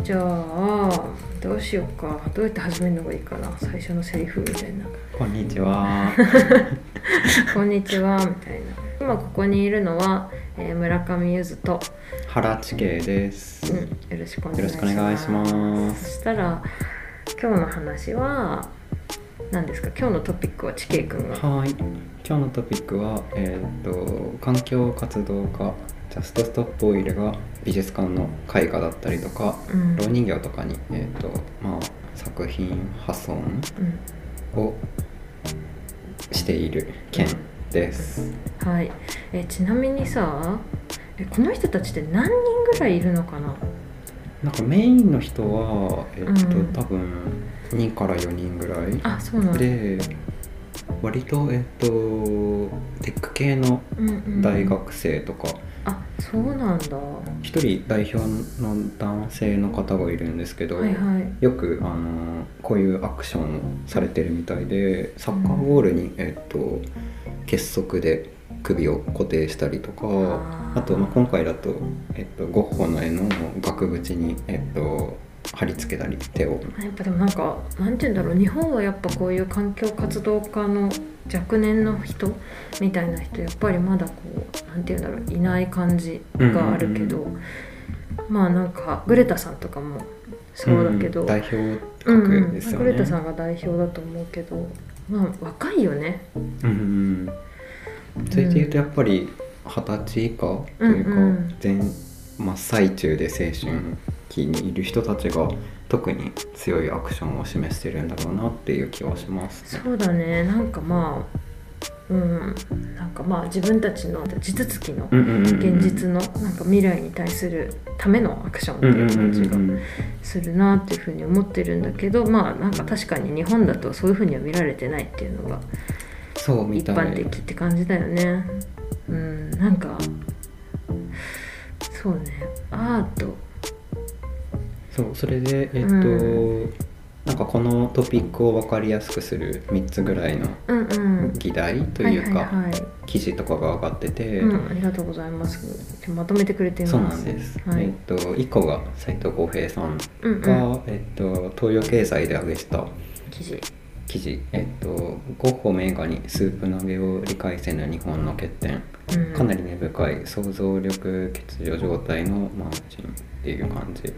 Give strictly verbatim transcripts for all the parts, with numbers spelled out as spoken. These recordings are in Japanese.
じゃあどうしようか。どうやって始めるのがいいかな。最初のセリフみたいな。 こんにちはこんにちはみたいな。今ここにいるのは、えー、村上ゆずと原地形です、 うん、よろしくお願いします。 よろしくお願いします。 そしたら今日の話は何ですか。今日のトピックは地形くんが。 はい、今日のトピックは、えー、と環境活動家ジャストストップオイルが美術館の絵画だったりとか、 うん、 蝋人形とかに、えーとまあ、作品破損をしている件です、 うん、はい。えちなみにさえこの人たちって何人ぐらいいるのかな。 なんかメインの人は、えーとうん、 多分にからよにんぐらい。 あ、そうなんだ。 で割と、えっと、テック系の大学生とか、 うんうん、あ、そうなんだ。 一人代表の男性の方がいるんですけど、 はいはい、 よくあのこういうアクションをされてるみたいで、サッカーボールに、えっと、結束で首を固定したりとか、あ, あと、まあ、今回だと、えっと、ゴッホの絵の額縁に、えっと貼り付けたり手を。 やっぱでもなんかなんていうんだろう、日本はやっぱこういう環境活動家の若年の人みたいな人やっぱりまだこうなんていうんだろういない感じがあるけど、うんうんうん、まあなんかグレタさんとかもそうだけど、 うん、代表格ですよね、 うん、グレタさんが代表だと思うけど、まあ若いよね。 うんうん、それでいうとやっぱりはたち以下というか、うんうん、前真っ最中で青春期にいる人たちが特に強いアクションを示してるんだろうなっていう気はします、 ね、そうだね。なんかまあうん、なんかまあ自分たちの地続きの現実のなんか未来に対するためのアクションっていう感じがするなっていうふうに思ってるんだけど、まあなんか確かに日本だとそういうふうには見られてないっていうのが一般的って感じだよね。うん、なんかそうね、アート、 そうそれでえっと、うん、なんかこのトピックを分かりやすくするみっつぐらいの議題というか記事とかが上がってて、 うん、ありがとうございます。まとめてくれています。 そうなんです、はい、えっと、いっこが斉藤浩平さんが、うんうん、えっと、東洋経済で上げした記事記事、えっと、ゴッホ名画にスープ投げを理解せぬ日本の欠点、うん、かなり根深い想像力欠如状態のマーチンっていう感じ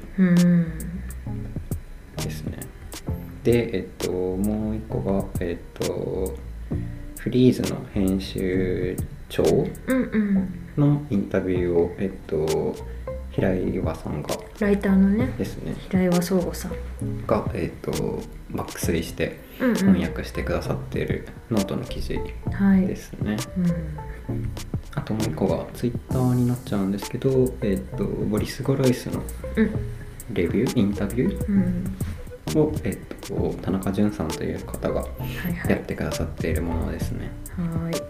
ですね、うん、で、えっと、もう一個が、えっと、フリーズの編集長のインタビューを、えっと、平岩さんがライターのねですね平岩壮吾さんが、えっと、抜粋して翻訳してくださっているノートの記事ですね、はい、うん、あともう一個がツイッターになっちゃうんですけど、えっと、ボリス・ゴロイスのレビュー、インタビューを、えっと、田中淳さんという方がやってくださっているものですね。 はいはい、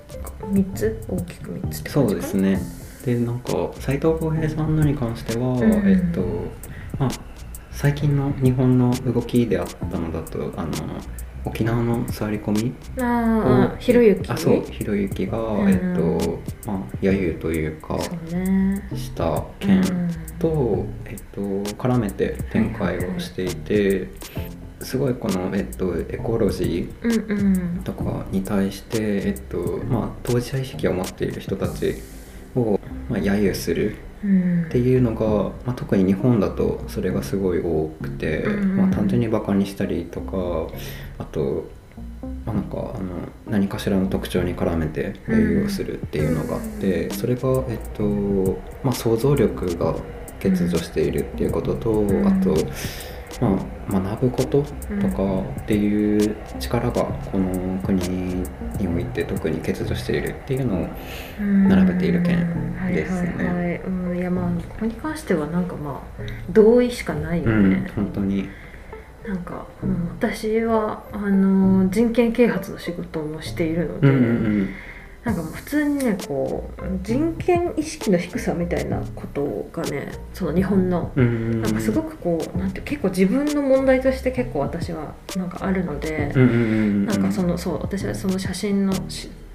みっつ大きくみっつって感じかな。 そうですね。でなんか斉藤浩平さんのに関しては、うん、えっとまあ、最近の日本の動きであったのだとあの沖縄の座り込みをひろゆきあそうひろゆきが、うん、えっとまあ揶揄というかした件と、うん、えっと絡めて展開をしていて、はいはいはい、すごいこの、えっと、エコロジーとかに対して、うんうん、えっとまあ、当事者意識を持っている人たちを、まあ、揶揄するっていうのが、うん、まあ、特に日本だとそれがすごい多くて、うんうん、まあ、単純にバカにしたりとかあと、まあ、なんかあの何かしらの特徴に絡めて揶揄をするっていうのがあって、うん、それが、えっとまあ、想像力が欠如しているっていうことと、うん、あとまあ、学ぶこととかっていう力がこの国において特に欠如しているっていうのを並べている件ですね。 はいはいはい、うん、いやまあここに関してはなんかまあ同意しかないよね、うん、 本当になんか、うん、私はあの人権啓発の仕事もしているので、うんうんうん、なんかもう普通にねこう人権意識の低さみたいなことがねその日本の、うんうん、なんかすごくこうなんて結構自分の問題として結構私はなんかあるので、うんうんうん、なんかそのそう私はその写真の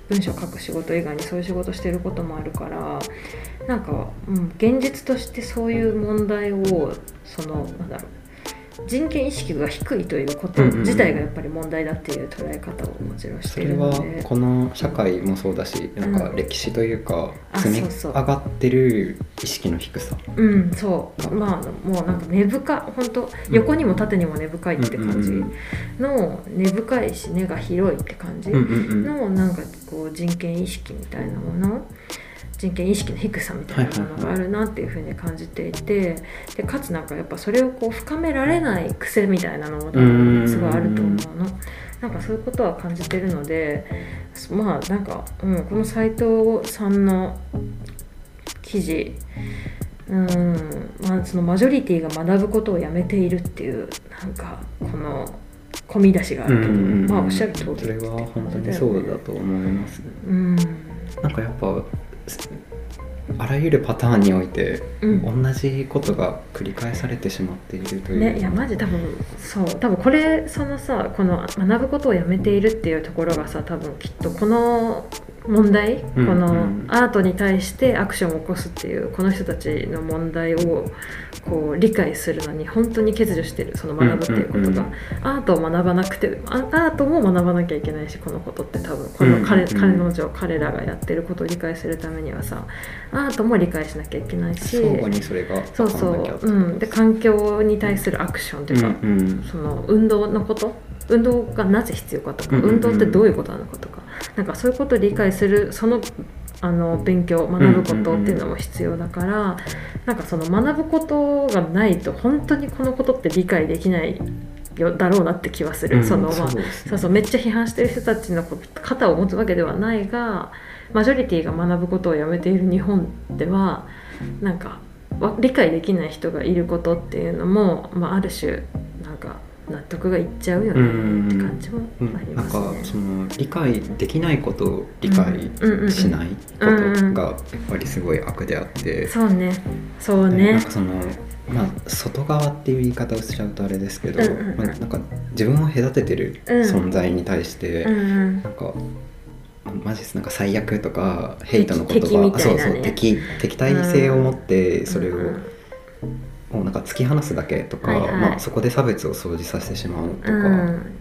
文章を書く仕事以外にそういう仕事してることもあるから、なんか、うん、現実としてそういう問題をそのなんだろう人権意識が低いということ自体がやっぱり問題だっていう捉え方をもちろんしているので、 それはこの社会もそうだし、なんか歴史というか積み上がってる意識の低さ、 うん、うん、そうまあもうなんか根深本当横にも縦にも根深いって感じの根深いし根が広いって感じのなんかこう人権意識みたいなもの、人権意識の低さみたいなものがあるなっていうふうに感じていて、でかつなんかやっぱそれをこう深められない癖みたいなのも多分すごいあると思うの。なんかそういうことは感じてるので、まあなんか、うん、この斉藤さんの記事、うんまあ、そのマジョリティが学ぶことをやめているっていうなんかこの込み出しがあるけど、まあおっしゃる通り、 それは本当にそうだと思いますね。 うん、 なんかやっぱあらゆるパターンにおいて、うん、同じことが繰り返されてしまっているという、 ね、いやマジ多分そう多分これそのさこの学ぶことをやめているっていうところがさ多分きっとこの問題、うん、このアートに対してアクションを起こすっていうこの人たちの問題をこう理解するのに本当に欠如してる、その学ぶっていうことが、うんうんうん、アートを学ばなくてアートも学ばなきゃいけないし、このことって多分この彼、うんうん、彼の女彼らがやってることを理解するためにはさアートも理解しなきゃいけないし、 相互にそれがそうそう、うん、で環境に対するアクションというか、うんうん、その運動のこと運動がなぜ必要かとか、うんうんうん、運動ってどういうことなのかとか、なんかそういうことを理解するそのあの勉強学ぶことっていうのも必要だから、うんうんうん、なんかその学ぶことがないと本当にこのことって理解できないよだろうなって気はする、うん、そのまあそうですね、そうそうめっちゃ批判してる人たちの肩を持つわけではないが、マジョリティが学ぶことをやめている日本ではなんか理解できない人がいることっていうのも、まあ、ある種なんか納得がいっちゃうよねって感じもありますね。 なんかその理解できないことを理解しないことがやっぱりすごい悪であって、 そうねそうね、 なんかそのまあ外側っていう言い方をしちゃうとあれですけど、うんうんうん、まあ、なんか自分を隔ててる存在に対して、うんうん、なんかマジですなんか最悪とかヘイトの言葉、 敵みたいなね、 そうそう敵敵対性を持ってそれを、うんうんもうなんか突き放すだけとか、はいはい、まあ、そこで差別を生じさせてしまうとか、うん、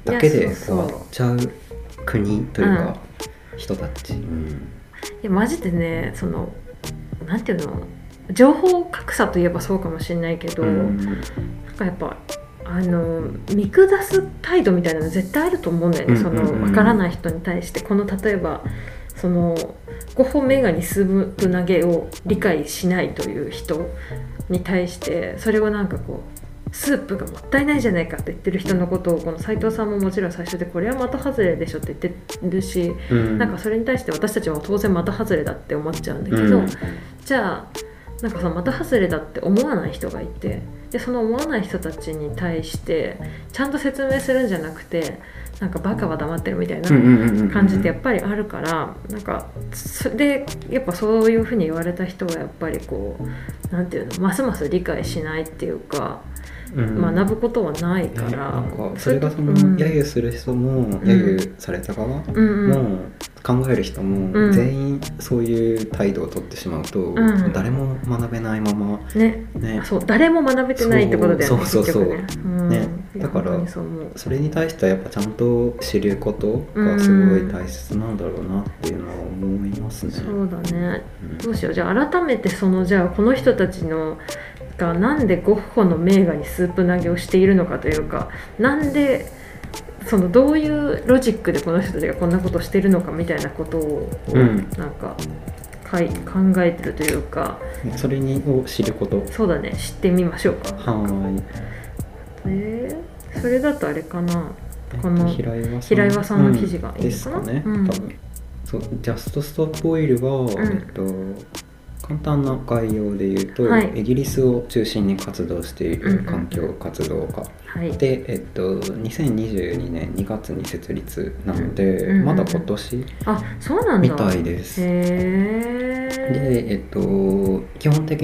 だけで終わっちゃう国というか、うん、人たち、うん、 いやマジでねそのなんていうの情報格差といえばそうかもしれないけど、うん、なんかやっぱあの見下す態度みたいなの絶対あると思うんだよね、うんうんうん、その分からない人に対してこの例えばそのゴッホメガにスープ投げを理解しないという人に対してそれをなんかこうスープがもったいないじゃないかって言ってる人のことをこの斉藤さんももちろん最初でこれは的外れでしょって言ってるし、うん、なんかそれに対して私たちも当然的外れだって思っちゃうんだけど、うん、じゃあなんかその的外れだって思わない人がいて、でその思わない人たちに対してちゃんと説明するんじゃなくてなんかバカは黙ってるみたいな感じってやっぱりあるから、なんかでやっぱそういうふうに言われた人はやっぱりこうなんていうのますます理解しないっていうか、うん、学ぶことはないから、 なんかそれがその揶揄する人も、うん、揶揄された側も、うんうん、考える人も全員そういう態度を取ってしまうと、うん、誰も学べないまま、 ねね、そう誰も学べてないってことだよね。 そうそうそうそう、ね、うん、ね、だからそれに対してはやっぱちゃんと知ることがすごい大切なんだろうなっていうのは思いますね。 そうだね、うん、どうしようじゃあ改めてそのじゃあこの人たちのがなんでゴッホの名画にスープ投げをしているのかというか、なんでそのどういうロジックでこの人たちがこんなことをしているのかみたいなことを、うん、なんかかい考えてるというか、 それにを知ること、 そうだね、知ってみましょうか。 はい。 えー、それだとあれかな、この平岩さんの記事がいいのかな、うん、ですかね、うん、多分そうジャストストップオイルは、うん、えっと簡単な概要で言うと、はい、イギリスを中心に活動している環境活動家、うんうん、で、えっと、にせんにじゅうにねんにがつに設立なので、うんうんうん、まだ今年あそうなんだみたいです。 へー。 で、えっと、基本的な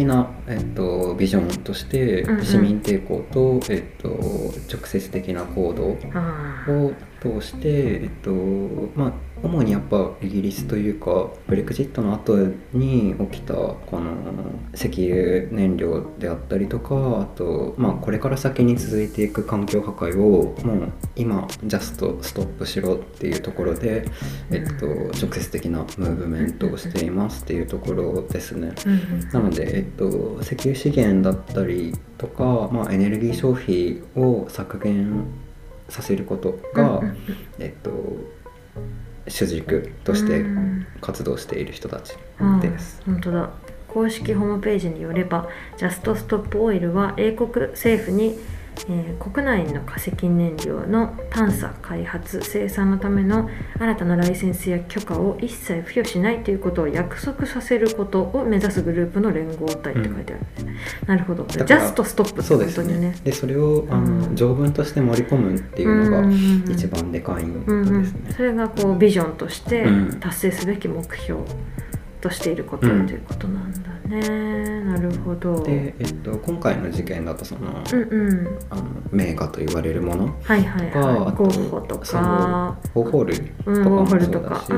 えっと、ビジョンとして市民抵抗と、うんうん、えっと、直接的な行動を通して、えっとまあ、主にやっぱイギリスというかブレクジットの後に起きたこの石油燃料であったりとか、あと、まあ、これから先に続いていく環境破壊をもう今ジャストストップしろっていうところで、えっと、直接的なムーブメントをしていますっていうところですね。なので、えっと、石油資源だったりとか、まあ、エネルギー消費を削減させることが、えっと、主軸として活動している人たちです。 本当だ。公式ホームページによれば、ジャストストップオイルは英国政府に、えー、国内の化石燃料の探査開発生産のための新たなライセンスや許可を一切付与しないということを約束させることを目指すグループの連合体って書いてある、うん、なるほど。ジャストストップってことにね。 でそれをあの、うん、条文として盛り込むっていうのが一番でかいんですね、うんうんうん、 それがこうビジョンとして達成すべき目標としていること、うん、ということなんだね。なるほど。 で、えっと、今回の事件だとその、うんうん、あの名画と言われるものとか、はいはいはい、 ゴッホとかウォーホルとかもそうだし、うん、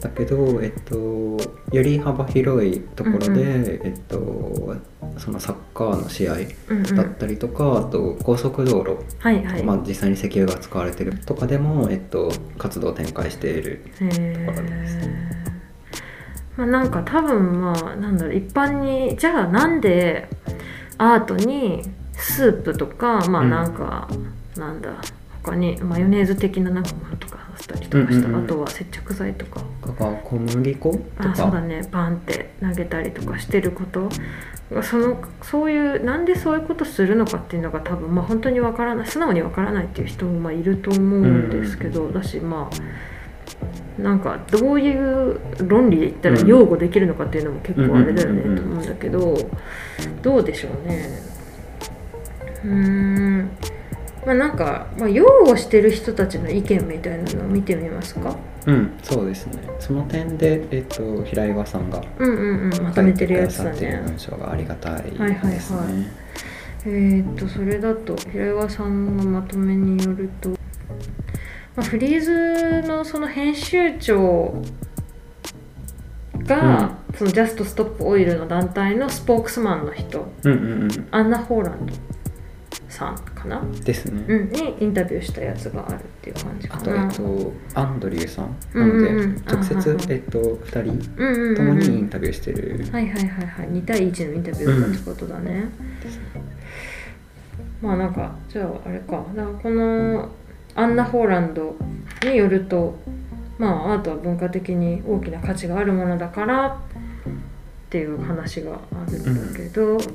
だけど、えっと、より幅広いところで、うんうん、えっと、そのサッカーの試合だったりとか、うんうん、あと高速道路、はいはい、まあ、実際に石油が使われてるとかでも、えっと、活動を展開しているところです。 まあ、なんか多分まあなんだろう、一般にじゃあなんでアートにスープとか、まあなんか、うん、なんだ他にマヨネーズ的ななんかものとかしたりとかした、うんうんうん、あとは接着剤とか小麦粉とか、 あ、そうだね、パンって投げたりとかしてること、そのそういうなんでそういうことするのかっていうのが多分まあ本当にわからない、素直にわからないっていう人もまあいると思うんですけど、うん、だしまあなんかどういう論理で言ったら擁護できるのかっていうのも結構あれだよねと思うんだけど、どうでしょうね。うーん、まあなんか、まあ、擁護してる人たちの意見みたいなのを見てみますか。 うん、そうですね。その点で、えっと、平岩さんがうんうんうんまとめてるやつだね。 文章がありがたいですね。 はいはいはい。えー、っとそれだと平岩さんのまとめによると、フリーズのその編集長が、うん、そのジャストストップオイルの団体のスポークスマンの人、うんうんうん、アンナ・ホーランドさんかなですね、 うん、にインタビューしたやつがあるっていう感じかな。 あと、えっと、アンドリューさんなので、うんうん、直接、えっと、ふたりともにインタビューしてる、うんうんうん、 はいはいはいはい、に対いちのインタビューだったってことだね、うん、まあなんかじゃああれか、だからこのアンナ・ホーランドによると、まあアートは文化的に大きな価値があるものだからっていう話があるんだけど、うん、う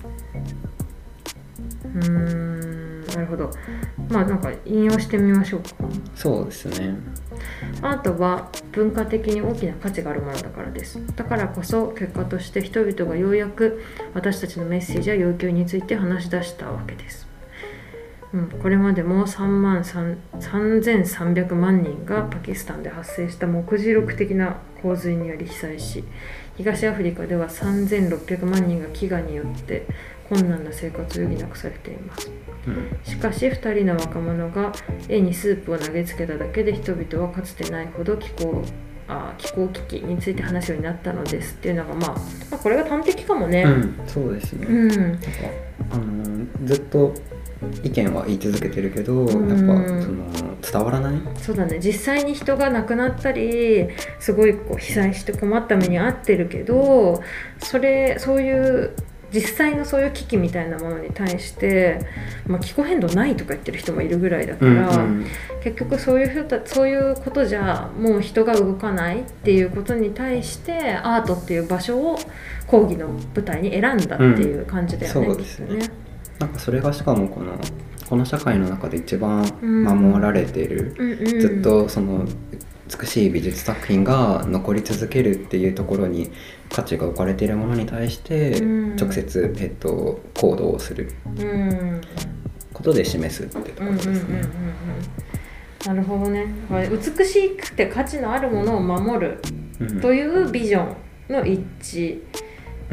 ーん、なるほど。まあなんか引用してみましょうか。 そうですね。 アートは文化的に大きな価値があるものだからです。だからこそ結果として人々がようやく私たちのメッセージや要求について話し出したわけです。うん、これまでもさんまんさんぜんさんびゃくまんにんがパキスタンで発生した目次録的な洪水により被災し、東アフリカではさんぜんろっぴゃくまんにんが飢餓によって困難な生活を余儀なくされています、うん、しかしふたりの若者が絵にスープを投げつけただけで人々はかつてないほど気候あ気候危機について話すようになったのですっていうのが、まあ、まあこれが端的かもね、 うん、そうですね、うん、なんかあのずっと意見は言い続けてるけど、やっぱその伝わらない。 そうだね、実際に人が亡くなったりすごいこう被災して困った目に遭ってるけど、それそういう実際のそういう危機みたいなものに対して、まあ、気候変動ないとか言ってる人もいるぐらいだから、うんうん、結局そういう人そういうことじゃもう人が動かないっていうことに対してアートっていう場所を講義の舞台に選んだっていう感じだよね、うん、そうですね。 なんかそれがしかもこのこの社会の中で一番守られている、うんうんうん、ずっとその美しい美術作品が残り続けるっていうところに価値が置かれているものに対して直接、えっと、行動をすることで示すっていうところですね、うんうんうんうん、 なるほどね。美しくて価値のあるものを守るというビジョンの一致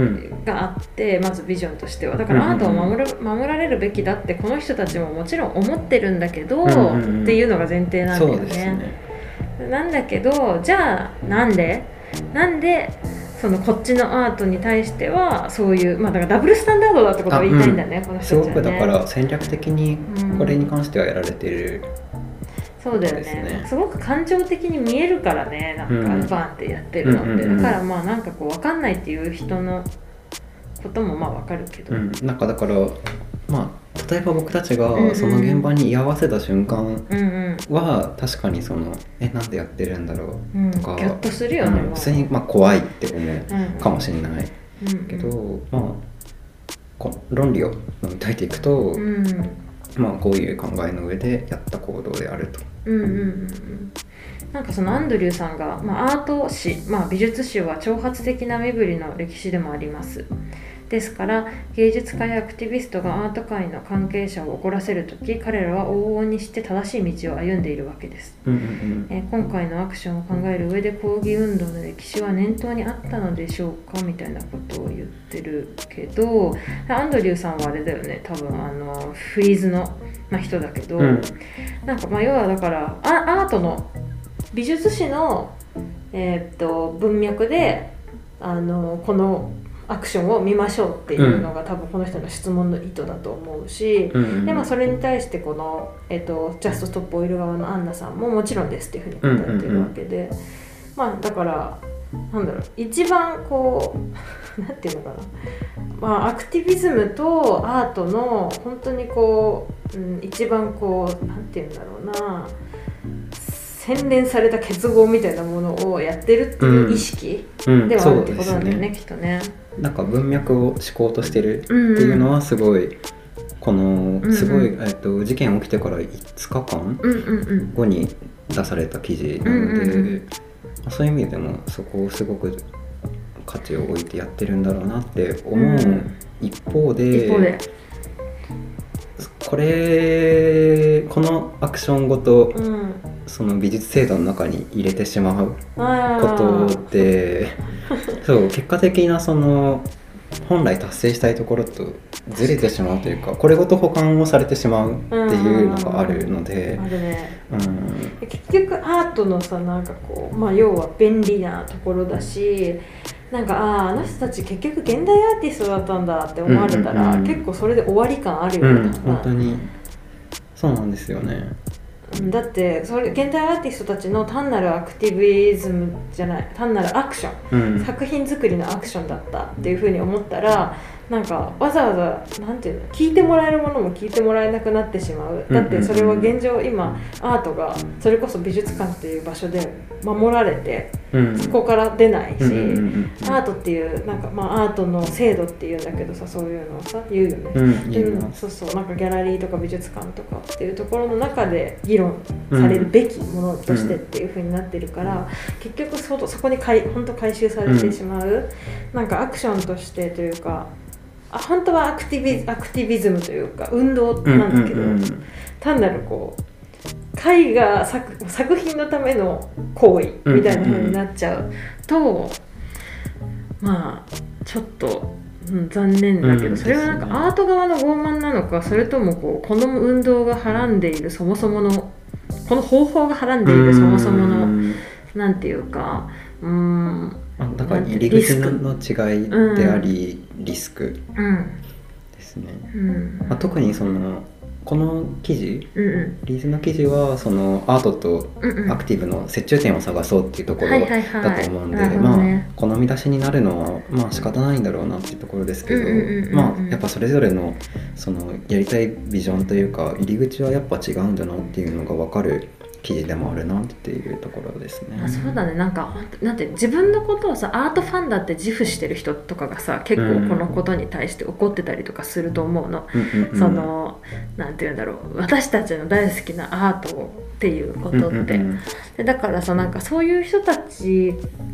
があって、うん、まずビジョンとしてはだからアートを守る、守られるべきだってこの人たちももちろん思ってるんだけど、うんうんうん、っていうのが前提なんだよね。そうですね。なんだけどじゃあなんでなんでそのこっちのアートに対してはそういう、まあ、だからダブルスタンダードだってことを言いたいんだね、うん、この人たちはね。すごくだから戦略的にこれに関してはやられてる、 うん、そうだよね。すごく感情的に見えるからね、なんかバーンってやってるのって、うんうんうんうん、だからまあなんかこう分かんないっていう人のこともまあ分かるけど、うん、 なんかだからまあ例えば僕たちがその現場に居合わせた瞬間は確かにそのえなんでやってるんだろうとか、 うん、ギョッとするよね、 うん、普通にまあ怖いって思うかもしれない、うん、けど、まあこ論理を読み解いていくと、うん、まあこういう考えの上でやった行動であると。 うんうんうん、なんかそのアンドリューさんが、まあ、アート史、まあ、美術史は挑発的な身振りの歴史でもあります。ですから芸術家やアクティビストがアート界の関係者を怒らせるとき彼らは往々にして正しい道を歩んでいるわけです、うんうんうんえー、今回のアクションを考える上で抗議運動の歴史は念頭にあったのでしょうかみたいなことを言ってるけどアンドリューさんはあれだよね多分あのフリーズの、まあ、人だけど、うん、なんかまあ要はだからアートの美術史の、えー、っと文脈であのこのアクションを見ましょうっていうのが、うん、多分この人の質問の意図だと思うし、うんうん、でまあ、それに対してこの、えーと、ジャストストップオイル側のアンナさんももちろんですっていうふうに答えてるわけで、うんうんうん、まあだからなんだろう一番こうなんていうのかな、まあ、アクティビズムとアートの本当にこう、うん、一番こうなんていうんだろうな洗練された結合みたいなものをやってるっていう意識ではあるってことなんだよね、うんうん、きっとね。 なんか文脈を思考としてるっていうのはすごい、うんうん、このすごい、うんうんえっと、事件起きてからいつかかんごに出された記事なので、うんうんうん、そういう意味でもそこをすごく価値を置いてやってるんだろうなって思う一方で、うん、一方でこれこのアクションごと、うんその美術制度の中に入れてしまうことでそう結果的なその本来達成したいところとずれてしまうというかこれごと保管をされてしまうっていうのがあるので、 あるね、うん、結局アートのさなんかこう、まあ、要は便利なところだしなんかああの人たち結局現代アーティストだったんだって思われたら、うんうんうん、結構それで終わり感あるよね、うん、 本当にそうなんですよね。 だってそれ現代アーティストたちの単なるアクティビズムじゃない単なるアクション、うん、作品作りのアクションだったっていう風に思ったらなんかわざわざなんていうの聞いてもらえるものも聞いてもらえなくなってしまう。だってそれは現状今アートがそれこそ美術館っていう場所で守られて、うん、そこから出ないし、うん、アートっていうなんかまあアートの制度っていうんだけどさそういうのをさ言うよね、うん、でそうそうなんかギャラリーとか美術館とかっていうところの中で議論されるべきものとしてっていう風になってるから、うん、結局 そ, そこにかい本当回収されてしまう、うん、なんかアクションとしてというかあ本当はアクティビ、アクティビズムというか運動なんだけど、うんうんうん、単なるこう絵画 作, 作品のための行為みたいな風になっちゃうと、うんうんうん、まあちょっと、うん、残念だけど、うん、それはなんかアート側の傲慢なのかそれともこうこの運動がはらんでいるそもそものこの方法がはらんでいるそもそもの、うん、なんていうかうーんだから入り口の違いでありリスクですね、うんうんまあ、特にそのこの記事、うんうん、リーズの記事はそのアートとアクティブの折衷点を探そうっていうところだと思うんで、まあこの見出しになるのはまあ仕方ないんだろうなっていうところですけど、まあやっぱそれぞれのそのやりたいビジョンというか入り口はやっぱ違うんだなっていうのが分かる記事でもあるなっていうところですね。 あそうだねなんかなんて自分のことをさアートファンだって自負してる人とかがさ結構このことに対して怒ってたりとかすると思うの、うんうん、そのなんていうんだろう私たちの大好きなアートっていうことって、うんうんうん、でだからさなんかそういう人たち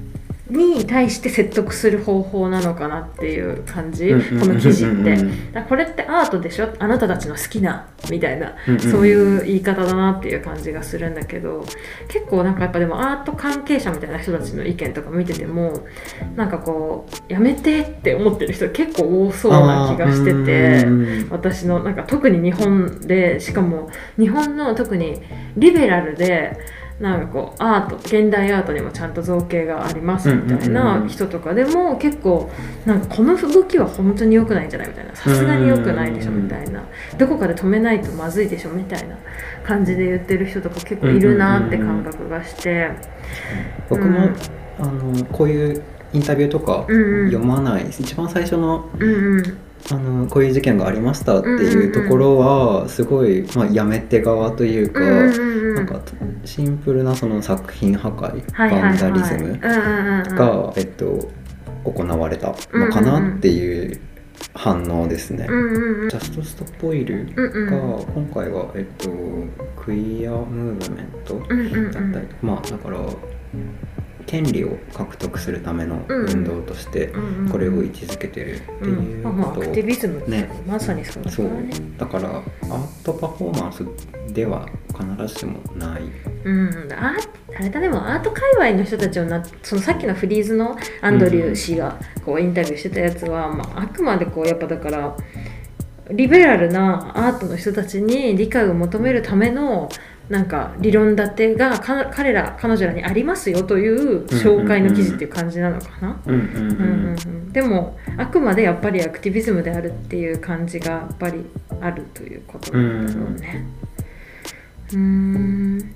に対して説得する方法なのかなっていう感じ、この記事って。だこれってアートでしょ、あなたたちの好きなみたいな、そういう言い方だなっていう感じがするんだけど、結構なんかやっぱでもアート関係者みたいな人たちの意見とか見てても、なんかこうやめてって思ってる人結構多そうな気がしてて、私のなんか特に日本で、しかも日本の特にリベラルでなんかこうアート、現代アートにもちゃんと造形がありますみたいな人とかでも結構なんかこの動きは本当に良くないんじゃないみたいな、さすがに良くないでしょみたいな、どこかで止めないとまずいでしょみたいな感じで言ってる人とか結構いるなって感覚がして、 僕も、うん、あのこういうインタビューとか読まない、うんうん、一番最初の、うんうんあのこういう事件がありましたっていうところはすごい、まあ、やめ手側というか、うんうんうん、なんかシンプルなその作品破壊、はいはいはい、バンダリズムが、えっと、行われたのかなっていう反応ですね、うんうんうん、ジャストストップオイルが今回は、えっと、クイアムーブメントだったり、うんうんうん、まあだから権利を獲得するための運動としてこれを位置づけてるっていうこと、うんうんまあ、アクティビズムってね、まさにそうだからね。 そうだからアートパフォーマンスでは必ずしもない、 うん、あ, あれだでもアート界隈の人たちをなそのさっきのフリーズのアンドリュー氏がこうインタビューしてたやつは、まあ、あくまでこうやっぱだからリベラルなアートの人たちに理解を求めるためのなんか理論立てがか彼ら彼女らにありますよという紹介の記事っていう感じなのかな。でもあくまでやっぱりアクティビズムであるっていう感じがやっぱりあるということなんだろうね。うーん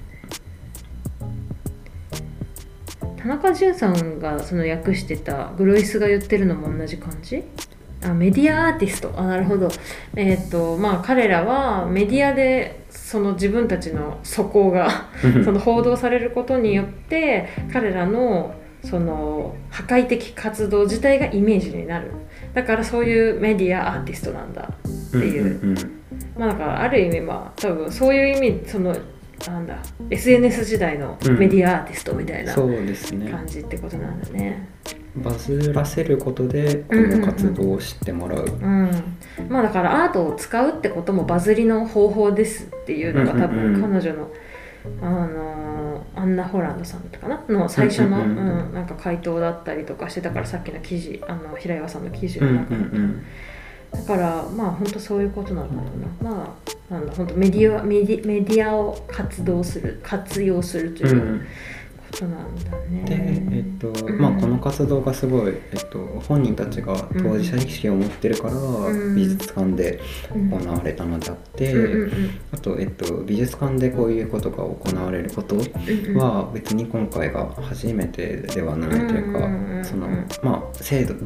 田中潤さんがその訳してたグロイスが言ってるのも同じ感じ？あメディアアーティスト、あなるほど。えっとまあ彼らはメディアでその自分たちの素行がその報道されることによって彼らのその破壊的活動自体がイメージになる。だからそういうメディアアーティストなんだっていう、うんうんうん、まあだからある意味まあ多分そういう意味そのなんだ エスエヌエス 時代のメディアアーティストみたいな感じってことなんだね。 バズらせることでこの活動を知ってもらう、うんうんうん、まあだからアートを使うってこともバズりの方法ですっていうのが多分彼女の、あのー、アンナ・ホランドさんかなの最初の、うんうんうん、なんか回答だったりとかしてたからさっきの記事あの平岩さんの記事の中に、うんうんうん、だからまあ本当そういうことなんだろうな、まあなんだ本当メディアメディメディアを活動する活用するという、うんそうなんだね。 で、えっとまあ、この活動がすごい、えっと、本人たちが当事者意識を持ってるから、うん、美術館で行われたのであって、うん、あと、えっと、美術館でこういうことが行われることは別に今回が初めてではないというか、うん、そのまあ制度、うん、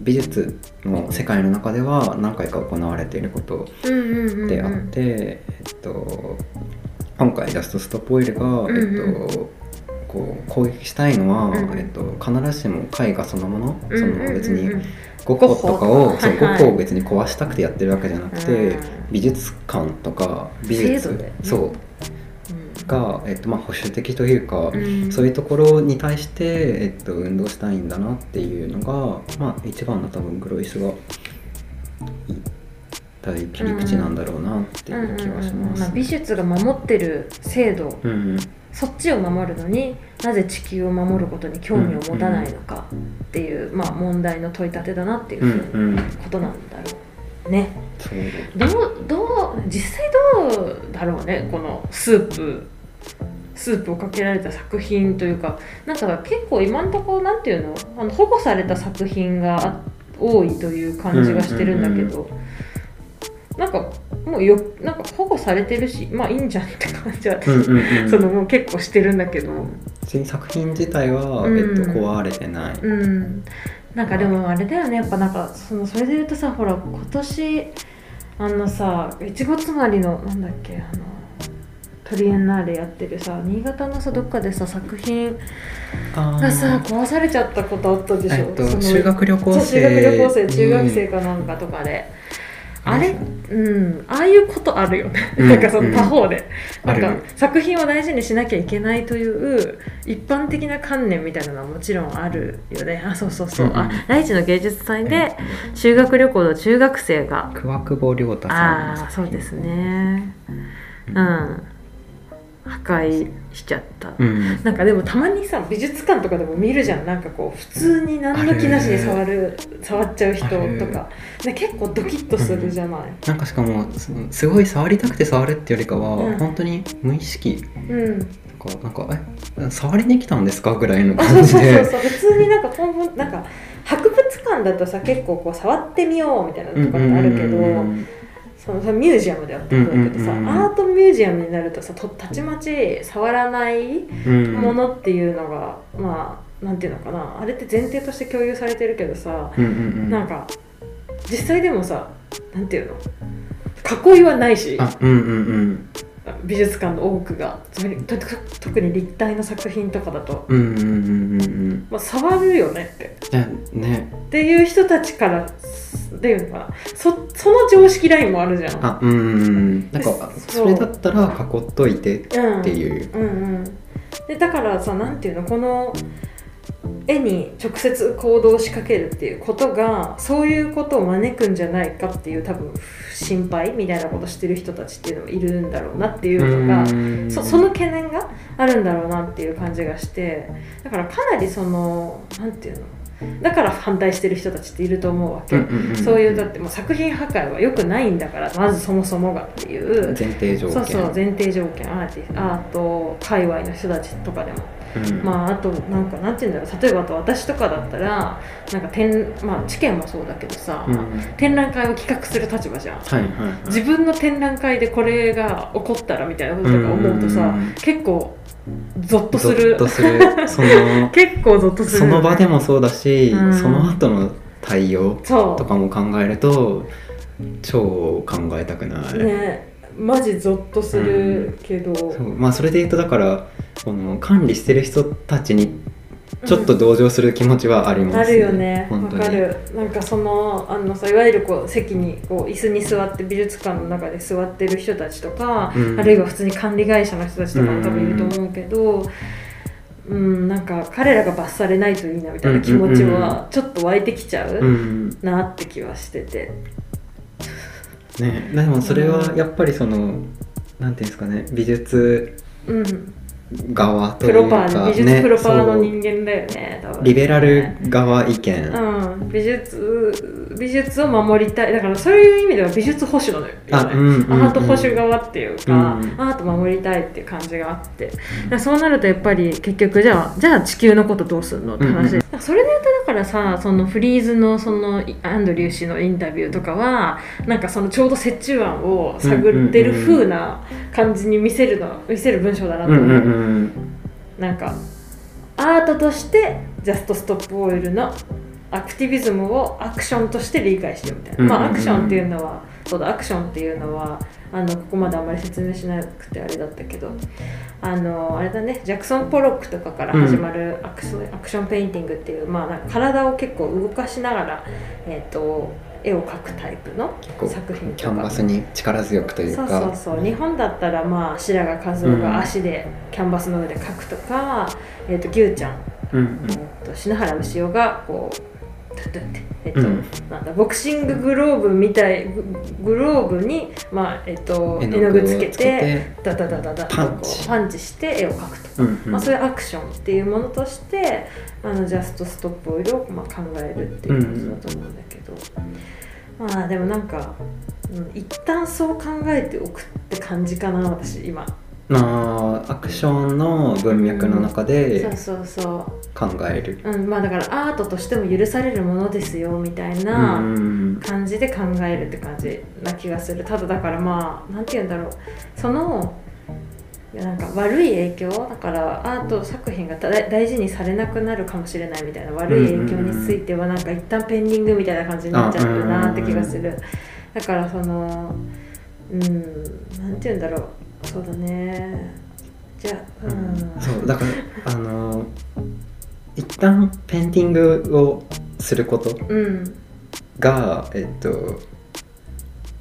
美術の世界の中では何回か行われていることであって、えっと、今回ジャストストップオイルが、えっとこう攻撃したいのは、うんえっと、必ずしも絵画そのもの、うん、その別にゴッホとかを、そうゴッホを別に壊したくてやってるわけじゃなくて、うん、美術館とか美術、ね、そう、うん、が、えっとまあ、保守的というか、うん、そういうところに対して、えっと、運動したいんだなっていうのが、まあ、一番の多分グロイスが大切り口なんだろうなっていう気がします、ね。 美術が守ってる制度、うんそっちを守るのになぜ地球を守ることに興味を持たないのかっていう、うんまあ、問題の問い立てだなっていうことなんだろうね、うんうん、どうどう実際どうだろうねこのスープスープをかけられた作品というかなんか結構今のところなんていうのあの保護された作品が多いという感じがしてるんだけど、うんうんうん、なんかもうよなんか保護されてるしまあいいんじゃんって感じは私、うんうんうん、そのもう結構してるんだけど作品自体は、うんえっと、壊れてない、 うん、なんかでもあれだよねやっぱなんかそのそれで言うとさほら今年あのさいちごつまりのなんだっけあのトリエンナーレやってるさ新潟のさどっかでさ作品がさ壊されちゃったことあったでしょ、えっと、 修学旅行生修学旅行生中学生かなんかとかで、 あれ、うん、ああいうことあるよね、うん、なんかその他方で、うん、なんか作品を大事にしなきゃいけないという一般的な観念みたいなのはもちろんあるよね。あ、そうそうそう、うんうん、あ、ライチの芸術祭で修学旅行の中学生が桑久保亮太さんの作品、 あ、そうですね、うん、破壊しちゃった、うん、なんかでもたまにさ美術館とかでも見るじゃん、なんかこう普通に何の気なしに触る触っちゃう人とかで結構ドキッとするじゃない、うん、 なんかしかもすごい触りたくて触るってよりかは、うん、本当に無意識、うん、なんかえ触りに来たんですかぐらいの感じで、 そうそうそうそう、普通になんかなんか博物館だとさ結構こう触ってみようみたいなのとかってあるけど、うんうんうんうん、そのミュージアムでやってるんだけどさ、うんうんうん、アートミュージアムになるとさとたちまち触らないものっていうのが、うん、まあなんていうのかな、あれって前提として共有されてるけどさ、うんうんうん、なんか実際でもさなんていうの囲いはないし、あ、うんうんうん、美術館の多くが特に立体の作品とかだと、うんうんうんうんまあ、触るよねって、ね、っていう人たちからっていうのかな、 そ, その常識ラインもあるじゃん。 あ、うんうん、なんかそれだったら囲っといてっていう、 うんうんうん、でだからさ、なんていうの、この絵に直接行動を仕掛けるっていうことがそういうことを招くんじゃないかっていう多分心配みたいなことしてる人たちっていうのもいるんだろうなっていうのが、そ, その懸念があるんだろうなっていう感じがして、だからかなりそのなんていうの、だから反対してる人たちっていると思うわけ、うんうんうん、そういうだってもう作品破壊は良くないんだからまずそもそもがっていう前提条件、 そうそう前提条件、アーティスアート界隈の人たちとかでも、うん、まああとなんかなんていうんだろう、例えばあと私とかだったらなんか展、まあ知見もそうだけどさ、うん、展覧会を企画する立場じゃん、はいはいはい、自分の展覧会でこれが起こったらみたいなこととか思うとさ、うんうんうん、結構ゾッとする、 ゾッとするその結構ゾッとする、 ね、その場でもそうだし、うん、その後の対応とかも考えると超考えたくないね、マジゾッとするけど、うん、 そう、まあ、それで言うとだからこの管理してる人たちにちょっと同情する気持ちはありますね、 うん、あるよね、わかる。なんかそのあのさいわゆるこう席にこう椅子に座って美術館の中で座ってる人たちとか、うん、あるいは普通に管理会社の人たちとかも多分いると思うけど、うん、うん、なんか彼らが罰されないといいなみたいな気持ちはちょっと湧いてきちゃうなって気はしてて、 ね、でもそれはやっぱりその、うん、なんていうんですかね、美術、うん側というか、 プロパー、美術プロパーの人間だよね、多分ね、 リベラル側意見、 うん、美術美術を守りたい、だからそういう意味では美術保守なのよ、ね、あ、うんうんうん、アート保守側っていうか、うん、アート守りたいっていう感じがあって、そうなるとやっぱり結局じゃあじゃあ地球のことどうするのって話で、うんうん、それで言うとだからさ、そのフリーズのそのアンドリュー氏のインタビューとかはなんかそのちょうど折衷案を探ってる風な感じに見せるの、見せる文章だなと思う、うんうんうん、なんかアートとしてジャストストップオイルのアクティビズムをアクションとして理解してるみたいな、うんうんうん、まあアクションっていうのはそうだアクションっていうのはあのここまであんまり説明しなくてあれだったけど、あのあれだね、ジャクソン・ポロックとかから始まるアクション、うん、アクションペインティングっていう、まあ、なんか体を結構動かしながら、えーと絵を描くタイプの作品とか、 キャンバスに力強くというか、 そうそうそう、日本だったら、まあ、白髪和夫が足でキャンバスの上で描くとか、うん、えーと牛ちゃん、うんうん、えーと篠原牛尾がこうえっとうん、なんだボクシンググローブみたい グ, グローブに、まあえっと、絵の具つけてダダダダダとこうパンチして絵を描くと、うんうん、まあ、そういうアクションっていうものとしてあのジャストストップオイルを、まあ、考えるっていうことだと思うんだけど、うん、まあでもなんか、うん、一旦そう考えておくって感じかな私今。 あアクションの文脈の中で考える、うん、そうそうそう、 うん、まあだからアートとしても許されるものですよみたいな感じで考えるって感じな気がする。ただだからまあなんて言うんだろう、そのなんか悪い影響だからアート作品が大事にされなくなるかもしれないみたいな悪い影響についてはなんか一旦ペンディングみたいな感じになっちゃうなって気がする。だからそのうんなんて言うんだろう、そうだね、じゃあ、うん、 そうだからあの一旦ペインティングをすることが、うん、えっと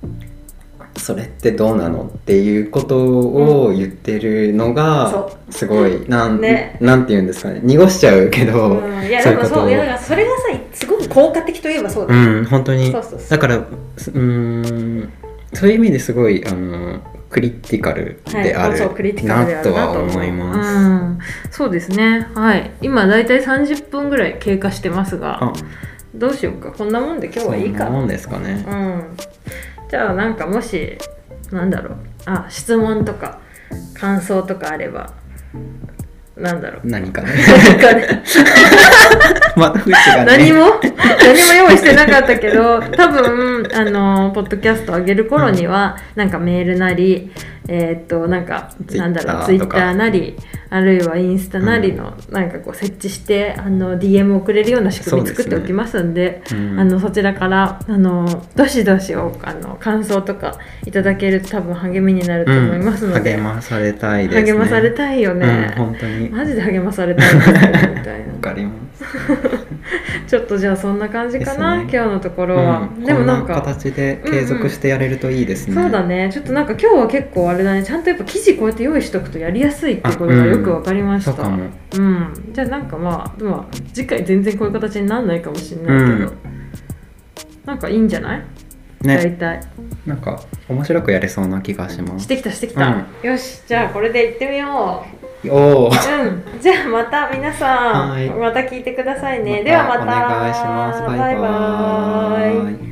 それってどうなのっていうことを言ってるのがすごい、うん、なん、ね、なんて言うんですかね、濁しちゃうけど、 うん、いやでもそう、いやだからそれがさすごく効果的といえばそうだよ、うん、本当に。そうそうそう、だからうーん、そういう意味ですごいあのクリティカルである、はい、そうクリティカルであるなと思います、うん、 そうですね。はい、今だいたいさんじゅっぷんぐらい経過してますが、どうしようか、こんなもんで今日はいいか。 そんなもんですかね、 うん、じゃあなんかもしなんだろう、あ、質問とか感想とかあれば、なんだろう、 何かね何かねまたがね何も何も用意してなかったけど、多分あのポッドキャスト上げる頃には、うん、なんかメールなり、えー、っとなんかなんだろう、ツイッターなり、あるいはインスタなりの、うん、なんかこう設置してあの ディーエム 送れるような仕組み作っておきますんで、そ、ね、うん、あのそちらからあのどしどしあの感想とかいただけると多分励みになると思いますので、 うん、励まされたいですね。 励まされたいよね、 うん、本当にマジで励まされたいですねみたいな。 わかりますちょっとじゃあそんな感じかな、ね、今日のところは、 うん、でもなんかこんな形で継続してやれるといいですね、 うんうん、そうだね。ちょっとなんか今日は結構あれだね、ちゃんとやっぱ記事こうやって用意しとくとやりやすいってことがよく分かりました。 そうかも。 うん、じゃあなんかまあ、まあ、次回全然こういう形にならないかもしれないけど、うん、なんかいいんじゃない？ね、大体なんか面白くやれそうな気がします。 してきたしてきた、うん、よし、じゃあこれでいってみよう。 おー、 うん、じゃあまた皆さん、はい、また聞いてくださいね。ではまたお願いします。バイバーイ。バイバーイ。